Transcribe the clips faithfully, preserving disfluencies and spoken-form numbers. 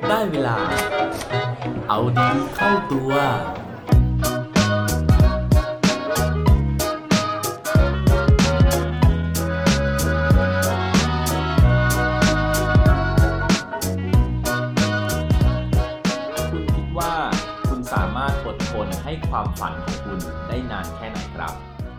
ได้เวลาเอาดีเข้าตัวคุณคิดว่าคุณสามารถอดทนให้ความฝันของคุณได้นานแค่ไหนครับ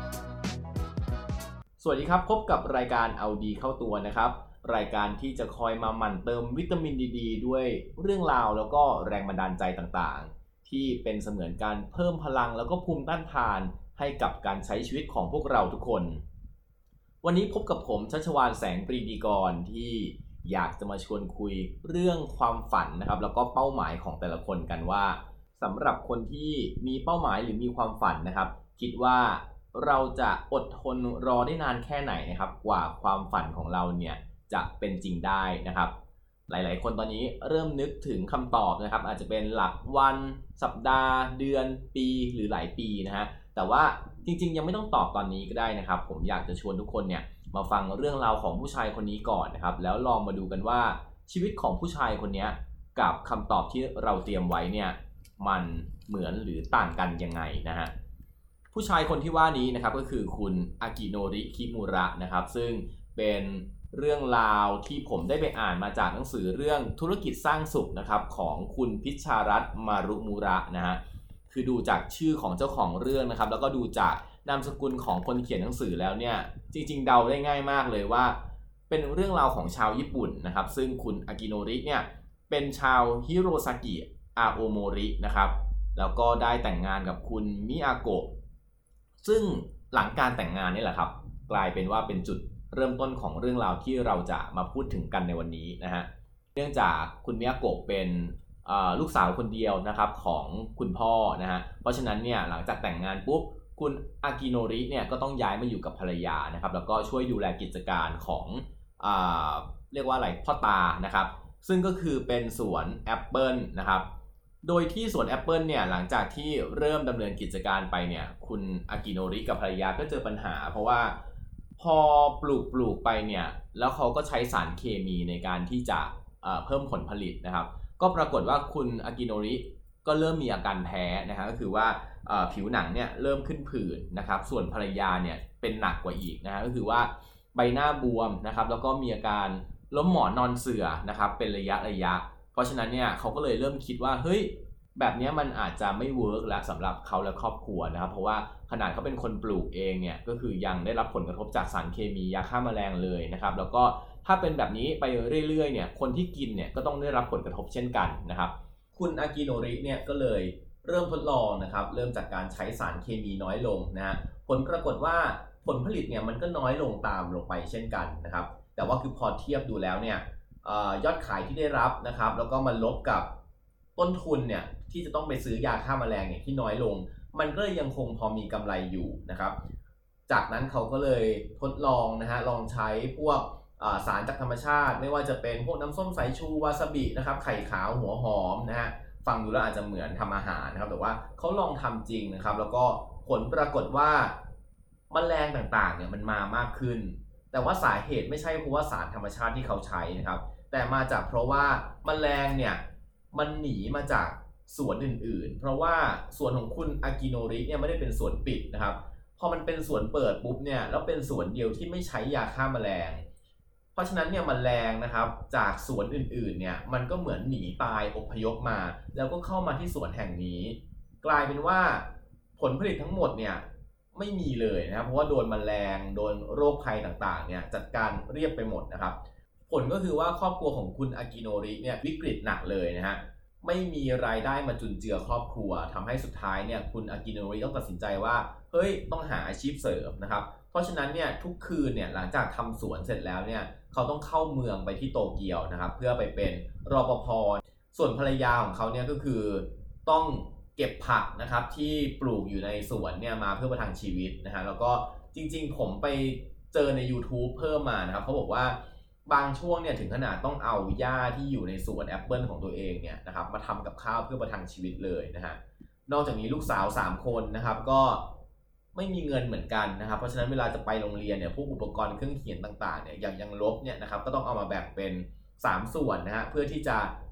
สวัสดีครับพบกับรายการเอาดีเข้าตัวนะครับรายการที่จะคอยมาหมั่นเติมวิตามินดี ด้วยเรื่องราวแล้วก็แรงบันดาลใจต่างๆที่เป็นเสมือนการเพิ่มพลังแล้วก็ภูมิต้านทานให้กับการใช้ชีวิตของพวกเราทุกคนวันนี้พบกับผมชัชวาลแสงปรีดีกรที่อยากจะมาชวนคุยเรื่องความฝันนะครับแล้วก็เป้าหมายของแต่ละคนกันว่าสำหรับคนที่มีเป้าหมายหรือมีความฝันนะครับคิดว่าเราจะอดทนรอได้นานแค่ไหนนะครับกว่าความฝันของเราเนี่ยจะเป็นจริงได้นะครับหลายๆคนตอนนี้เริ่มนึกถึงคำตอบนะครับอาจจะเป็นหลักวันสัปดาห์เดือนปีหรือหลายปีนะฮะแต่ว่าจริงๆยังไม่ต้องตอบตอนนี้ก็ได้นะครับผมอยากจะชวนทุกคนเนี่ยมาฟังเรื่องราวของผู้ชายคนนี้ก่อนนะครับแล้วลองมาดูกันว่าชีวิตของผู้ชายคนนี้กับคำตอบที่เราเตรียมไว้เนี่ยมันเหมือนหรือต่างกันยังไงนะฮะผู้ชายคนที่ว่านี้นะครับก็คือคุณอากิโนริคิมุระนะครับซึ่งเป็นเรื่องราวที่ผมได้ไปอ่านมาจากหนังสือเรื่องธุรกิจสร้างสุขนะครับของคุณพิชชารัตน์มารุมูระนะฮะคือดูจากชื่อของเจ้าของเรื่องนะครับแล้วก็ดูจากนามสกุลของคนเขียนหนังสือแล้วเนี่ยจริงๆเดาได้ง่ายมากเลยว่าเป็นเรื่องราวของชาวญี่ปุ่นนะครับซึ่งคุณอากิโนริเนี่ยเป็นชาวฮิโรซากิอาโอโมรินะครับแล้วก็ได้แต่งงานกับคุณมิอาโกะซึ่งหลังการแต่งงานนี่แหละครับกลายเป็นว่าเป็นจุดเริ่มต้นของเรื่องราวที่เราจะมาพูดถึงกันในวันนี้นะฮะเนื่องจากคุณมิยาโกะเป็นลูกสาวคนเดียวนะครับของคุณพ่อนะฮะเพราะฉะนั้นเนี่ยหลังจากแต่งงานปุ๊บคุณอากิโนริเนี่ยก็ต้องย้ายมาอยู่กับภรรยานะครับแล้วก็ช่วยดูแลกิจการของอ่าเรียกว่าอะไรพ่อตานะครับซึ่งก็คือเป็นสวนแอปเปิลนะครับโดยที่สวนแอปเปิลเนี่ยหลังจากที่เริ่มดำเนินกิจการไปเนี่ยคุณอากิโนริกับภรรยาก็เจอปัญหาเพราะว่าพอปลูกปลูกไปเนี่ยแล้วเขาก็ใช้สารเคมีในการที่จะเอ่อเพิ่มผลผลิตนะครับก็ปรากฏว่าคุณอากิโนริก็เริ่มมีอาการแพ้นะฮะก็คือว่าเอ่อผิวหนังเนี่ยเริ่มขึ้นผื่นนะครับส่วนภรรยาเนี่ยเป็นหนักกว่าอีกนะฮะก็คือว่าใบหน้าบวมนะครับแล้วก็มีอาการล้มหมอนนอนเสื่อนะครับเป็นระยะระยะเพราะฉะนั้นเนี่ยเขาก็เลยเริ่มคิดว่าเฮ้ยแบบนี้มันอาจจะไม่เวิร์กแล้วสำหรับเขาและครอบครัวนะครับเพราะว่าขนาดเขาเป็นคนปลูกเองเนี่ยก็คือยังได้รับผลกระทบจากสารเคมียาฆ่าแมลงเลยนะครับแล้วก็ถ้าเป็นแบบนี้ไปเรื่อยๆเนี่ยคนที่กินเนี่ยก็ต้องได้รับผลกระทบเช่นกันนะครับคุณอากิโนริเนี่ยก็เลยเริ่มทดลองนะครับเริ่มจากการใช้สารเคมีน้อยลงนะฮะผลปรากฏว่าผลผลิตเนี่ยมันก็น้อยลงตามลงไปเช่นกันนะครับแต่ว่าคือพอเทียบดูแล้วเนี่ยยอดขายที่ได้รับนะครับแล้วก็มาลบกับต้นทุนเนี่ยที่จะต้องไปซื้อยาฆ่าแมลงเนี่ยที่น้อยลงมันก็ยังคงพอมีกำไรอยู่นะครับจากนั้นเขาก็เลยทดลองนะฮะลองใช้พวกสารจากธรรมชาติไม่ว่าจะเป็นพวกน้ำส้มสายชูวาซาบินะครับไข่ขาวหัวหอมนะฮะฟังดูแล้วอาจจะเหมือนทำอาหารนะครับแต่ว่าเขาลองทำจริงนะครับแล้วก็ผลปรากฏว่าแมลงต่างๆเนี่ยมันมามากขึ้นแต่ว่าสาเหตุไม่ใช่เพราะว่าสารธรรมชาติที่เขาใช้นะครับแต่มาจากเพราะว่าแมลงเนี่ยมันหนีมาจากสวนอื่นๆเพราะว่าสวนของคุณอากิโนริเนี่ยไม่ได้เป็นสวนปิดนะครับพอมันเป็นสวนเปิดปุ๊บเนี่ยแล้วเป็นสวนเดียวที่ไม่ใช้ยาฆ่าแมลงเพราะฉะนั้นเนี่ยแมลงนะครับจากสวนอื่นๆเนี่ยมันก็เหมือนหนีตายอพยพมาแล้วก็เข้ามาที่สวนแห่งนี้กลายเป็นว่าผลผลิตทั้งหมดเนี่ยไม่มีเลยนะครับเพราะว่าโดนแมลงโดนโรคภัยต่างๆเนี่ยจัดการเรียบไปหมดนะครับผลก็คือว่าครอบครัวของคุณอากิโนริเนี่ยวิกฤตหนักเลยนะฮะไม่มีรายได้มาจุนเจือครอบครัวทำให้สุดท้ายเนี่ยคุณอากิโนริต้องตัดสินใจว่าเฮ้ยต้องหาอาชีพเสริมนะครับเพราะฉะนั้นเนี่ยทุกคืนเนี่ยหลังจากทำสวนเสร็จแล้วเนี่ยเขาต้องเข้าเมืองไปที่โตเกียวนะครับเพื่อไปเป็นรปภ.ส่วนภรรยาของเขาเนี่ยก็คือต้องเก็บผักนะครับที่ปลูกอยู่ในสวนเนี่ยมาเพื่อประทังชีวิตนะฮะแล้วก็จริงๆผมไปเจอใน YouTube เพิ่มมานะครับเขาบอกว่าบางช่วงเนี่ยถึงขนาดต้องเอาหญ้าที่อยู่ในสวนแอปเปิลของตัวเองเนี่ยนะครับมาทำกับข้าวเพื่อประทังชีวิตเลยนะฮะนอกจากนี้ลูกสาวสามคนนะครับก็ไม่มีเงินเหมือนกันนะครับเพราะฉะนั้นเวลาจะไปโรงเรียนเนี่ยพวกอุปกรณ์เครื่องเขียนต่างๆเนี่ยอย่างอย่างลบเนี่ยนะครับก็ต้องเอามาแบ่งเป็นสามส่วนนะฮะเพื่อที่จะ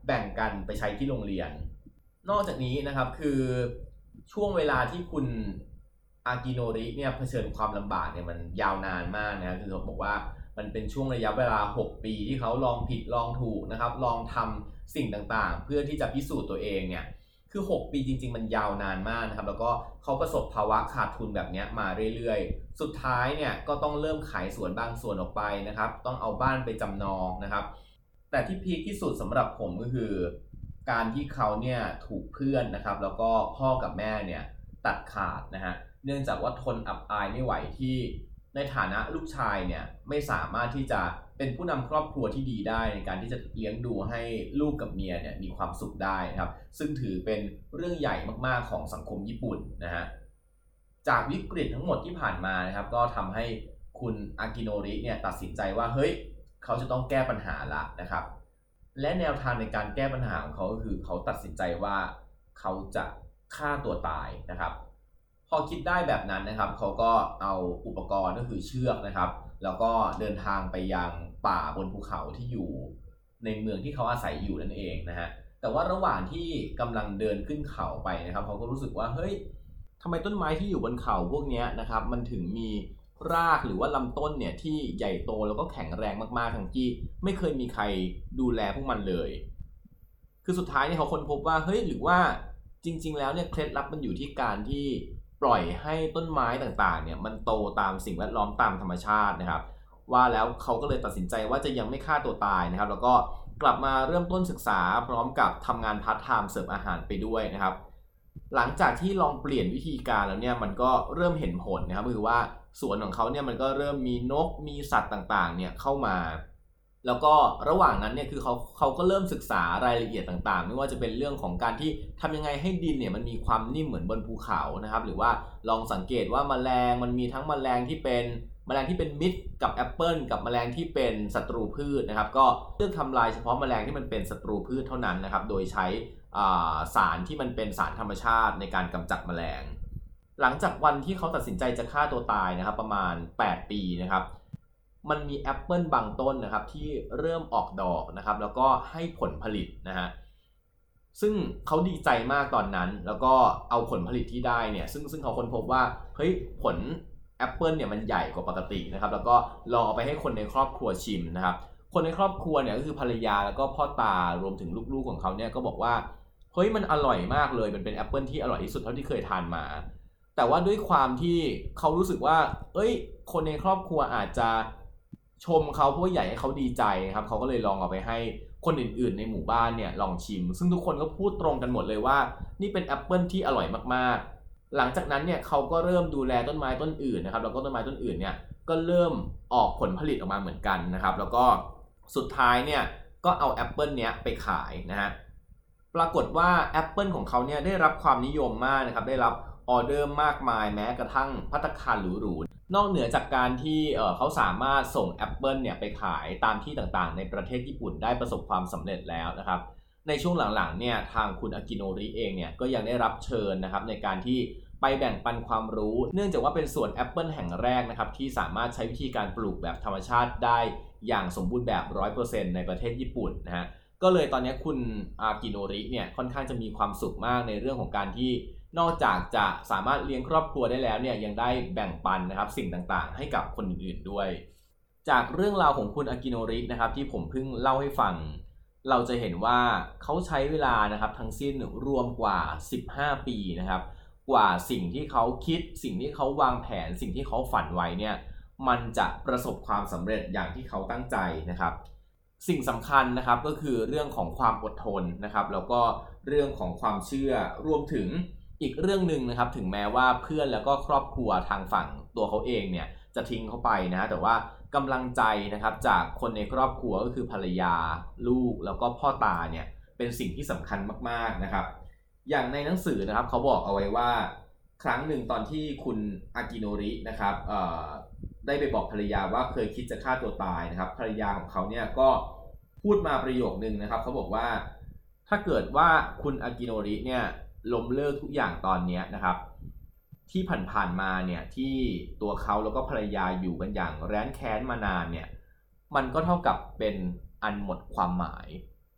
แบ่งกันไปใช้ที่โรงเรียนนอกจากนี้นะครับคือช่วงเวลาที่คุณอากิโนริเนี่ยเผชิญความลำบากเนี่ยมันยาวนานมากนะคือเขาบอกว่ามันเป็นช่วงระยะเวลาหกปีที่เขาลองผิดลองถูกนะครับลองทำสิ่งต่างๆเพื่อที่จะพิสูจน์ตัวเองเนี่ยคือหกปีจริงๆมันยาวนานมากนะครับแล้วก็เขาประสบภาวะขาดทุนแบบนี้มาเรื่อยๆสุดท้ายเนี่ยก็ต้องเริ่มขายสวนบางส่วนออกไปนะครับต้องเอาบ้านไปจำนองนะครับแต่ที่พีคที่สุดสำหรับผมก็คือการที่เขาเนี่ยถูกเพื่อนนะครับแล้วก็พ่อกับแม่เนี่ยตัดขาดนะฮะเนื่องจากว่าทนอับอายไม่ไหวที่ในฐานะลูกชายเนี่ยไม่สามารถที่จะเป็นผู้นำครอบครัวที่ดีได้ในการที่จะเลี้ยงดูให้ลูกกับเมียเนี่ยมีความสุขได้นะครับซึ่งถือเป็นเรื่องใหญ่มากๆของสังคมญี่ปุ่นนะฮะจากวิกฤตทั้งหมดที่ผ่านมานะครับก็ทำให้คุณอากิโนริเนี่ยตัดสินใจว่าเฮ้ยเขาจะต้องแก้ปัญหาละนะครับและแนวทางในการแก้ปัญหาของเขาก็คือเขาตัดสินใจว่าเขาจะฆ่าตัวตายนะครับพอคิดได้แบบนั้นนะครับเขาก็เอาอุปกรณ์ก็คือเชือกนะครับแล้วก็เดินทางไปยังป่าบนภูเขาที่อยู่ในเมืองที่เขาอาศัยอยู่นั่นเองนะฮะแต่ว่าระหว่างที่กำลังเดินขึ้นเขาไปนะครับเขาก็รู้สึกว่าเฮ้ยทำไมต้นไม้ที่อยู่บนเขาพวกนี้นะครับมันถึงมีรากหรือว่าลำต้นเนี่ยที่ใหญ่โตแล้วก็แข็งแรงมากๆทั้งที่ไม่เคยมีใครดูแลพวกมันเลยคือสุดท้ายเนี่ยเขาค้นพบว่าเฮ้ยหรือว่าจริงๆแล้วเนี่ยเคล็ดลับมันอยู่ที่การที่ปล่อยให้ต้นไม้ต่างๆเนี่ยมันโตตามสิ่งแวดล้อมตามธรรมชาตินะครับว่าแล้วเขาก็เลยตัดสินใจว่าจะยังไม่ฆ่าตัวตายนะครับแล้วก็กลับมาเริ่มต้นศึกษาพร้อมกับทำงานพาร์ทไทม์เสิร์ฟอาหารไปด้วยนะครับหลังจากที่ลองเปลี่ยนวิธีการแล้วเนี่ยมันก็เริ่มเห็นผลนะครับคือว่าสวนของเขาเนี่ยมันก็เริ่มมีนกมีสัตว์ต่างๆเนี่ยเข้ามาแล้วก็ระหว่างนั้นเนี่ยคือเขาเขาก็เริ่มศึกษารายละเอียดต่างๆไม่ว่าจะเป็นเรื่องของการที่ทำยังไงให้ดินเนี่ยมันมีความนิ่มเหมือนบนภูเขานะครับหรือว่าลองสังเกตว่าแมลงมันมีทั้งแมลงที่เป็นแมลงที่เป็นมิตรกับแอปเปิลกับแมลงที่เป็นศัตรูพืชนะครับก็เลือกทำลายเฉพาะแมลงที่มันเป็นศัตรูพืชเท่านั้นนะครับโดยใช้สารที่มันเป็นสารธรรมชาติในการกำจัดแมลงหลังจากวันที่เขาตัดสินใจจะฆ่าตัวตายนะครับประมาณแปดปีนะครับมันมีแอปเปิลบางต้นนะครับที่เริ่มออกดอกนะครับแล้วก็ให้ผลผลิตนะฮะซึ่งเขาดีใจมากตอนนั้นแล้วก็เอาผลผลิตที่ได้เนี่ยซึ่งซึ่งเขาค้นพบว่าเฮ้ยผลแอปเปิลเนี่ยมันใหญ่กว่าปกตินะครับแล้วก็ลองเอาไปให้คนในครอบครัวชิมนะครับคนในครอบครัวเนี่ยก็คือภรรยาแล้วก็พ่อตารวมถึงลูกๆของเขาเนี่ยก็บอกว่าเฮ้ยมันอร่อยมากเลยมันเป็นแอปเปิลที่อร่อยที่สุดเท่าที่เคยทานมาแต่ว่าด้วยความที่เขารู้สึกว่าเอ้ยคนในครอบครัวอาจจะชมเขาเพราะใหญ่ให้เขาดีใจครับเขาก็เลยลองเอาไปให้คนอื่นๆในหมู่บ้านเนี่ยลองชิมซึ่งทุกคนก็พูดตรงกันหมดเลยว่านี่เป็นแอปเปิลที่อร่อยมากๆหลังจากนั้นเนี่ยเขาก็เริ่มดูแลต้นไม้ต้นอื่นนะครับแล้วก็ต้นไม้ต้นอื่นเนี่ยก็เริ่มออกผลผลิตออกมาเหมือนกันนะครับแล้วก็สุดท้ายเนี่ยก็เอาแอปเปิลเนี้ยไปขายนะฮะปรากฏว่าแอปเปิลของเขาเนี่ยได้รับความนิยมมากนะครับได้รับออเดอร์มากมายแม้กระทั่งภัตตาคารหรูๆนอกเหนือจากการที่เอ่อเขาสามารถส่งแอปเปิลเนี่ยไปขายตามที่ต่างๆในประเทศญี่ปุ่นได้ประสบความสำเร็จแล้วนะครับในช่วงหลังๆเนี่ยทางคุณอากิโนริเองเนี่ยก็ยังได้รับเชิญนะครับในการที่ไปแบ่งปันความรู้เนื่องจากว่าเป็นสวนแอปเปิลแห่งแรกนะครับที่สามารถใช้วิธีการปลูกแบบธรรมชาติได้อย่างสมบูรณ์แบบ ร้อยเปอร์เซ็นต์ ในประเทศญี่ปุ่นนะฮะก็เลยตอนนี้คุณอากิโนริเนี่ยค่อนข้างจะมีความสุขมากในเรื่องของการที่นอกจากจะสามารถเลี้ยงครอบครัวได้แล้วเนี่ยยังได้แบ่งปันนะครับสิ่งต่างๆให้กับคนอื่นๆด้วยจากเรื่องราวของคุณอากิโนรินะครับที่ผมเพิ่งเล่าให้ฟังเราจะเห็นว่าเขาใช้เวลานะครับทั้งสิ้นรวมกว่าสิบห้าปีนะครับกว่าสิ่งที่เขาคิดสิ่งที่เขาวางแผนสิ่งที่เขาฝันไว้เนี่ยมันจะประสบความสำเร็จอย่างที่เขาตั้งใจนะครับสิ่งสำคัญนะครับก็คือเรื่องของความอดทนนะครับแล้วก็เรื่องของความเชื่อรวมถึงอีกเรื่องหนึ่งนะครับถึงแม้ว่าเพื่อนแล้วก็ครอบครัวทางฝั่งตัวเขาเองเนี่ยจะทิ้งเขาไปนะแต่ว่ากำลังใจนะครับจากคนในครอบครัวก็คือภรรยาลูกแล้วก็พ่อตาเนี่ยเป็นสิ่งที่สำคัญมากๆนะครับอย่างในหนังสือนะครับเขาบอกเอาไว้ว่าครั้งหนึ่งตอนที่คุณอากิโนรินะครับเอ่อได้ไปบอกภรรยาว่าเคยคิดจะฆ่าตัวตายนะครับภรรยาของเขาเนี่ยก็พูดมาประโยคนึงนะครับเขาบอกว่าถ้าเกิดว่าคุณอากิโนริเนี่ยล้มเลิกทุกอย่างตอนนี้นะครับที่ผ่านๆมาเนี่ยที่ตัวเขาแล้วก็ภรรยาอยู่กันอย่างแร้นแค้นมานานเนี่ยมันก็เท่ากับเป็นอันหมดความหมาย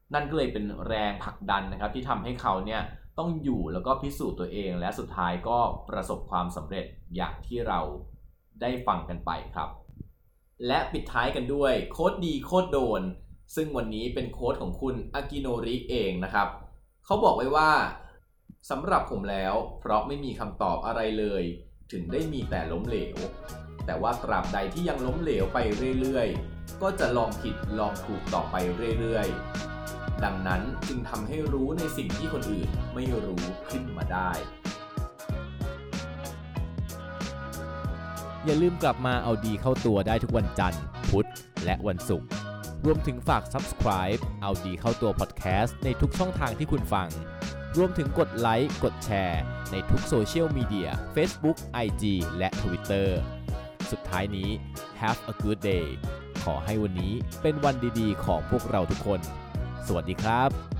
นั่นก็เลยเป็นแรงผลักดันนะครับที่ทำให้เขาเนี่ยต้องอยู่แล้วก็พิสูจน์ตัวเองและสุดท้ายก็ประสบความสำเร็จอย่างที่เราได้ฟังกันไปครับและปิดท้ายกันด้วยโค้ดดีโค้ดโดนซึ่งวันนี้เป็นโค้ดของคุณอากิโนริเองนะครับเขาบอกไว้ว่าสำหรับผมแล้วเพราะไม่มีคำตอบอะไรเลยถึงได้มีแต่ล้มเหลวแต่ว่าตราบใดที่ยังล้มเหลวไปเรื่อยๆก็จะลองผิดลองถูกต่อไปเรื่อยๆดังนั้นจึงทำให้รู้ในสิ่งที่คนอื่นไม่รู้ขึ้นมาได้อย่าลืมกลับมาเอาดีเข้าตัวได้ทุกวันจันทร์พุธและวันศุกร์รวมถึงฝาก Subscribe เอาดีเข้าตัว Podcast ในทุกช่องทางที่คุณฟังรวมถึงกดไลค์กดแชร์ในทุกโซเชียลมีเดีย Facebook ไอ จี และ Twitter สุดท้ายนี้ Have a good day ขอให้วันนี้เป็นวันดีๆของพวกเราทุกคนสวัสดีครับ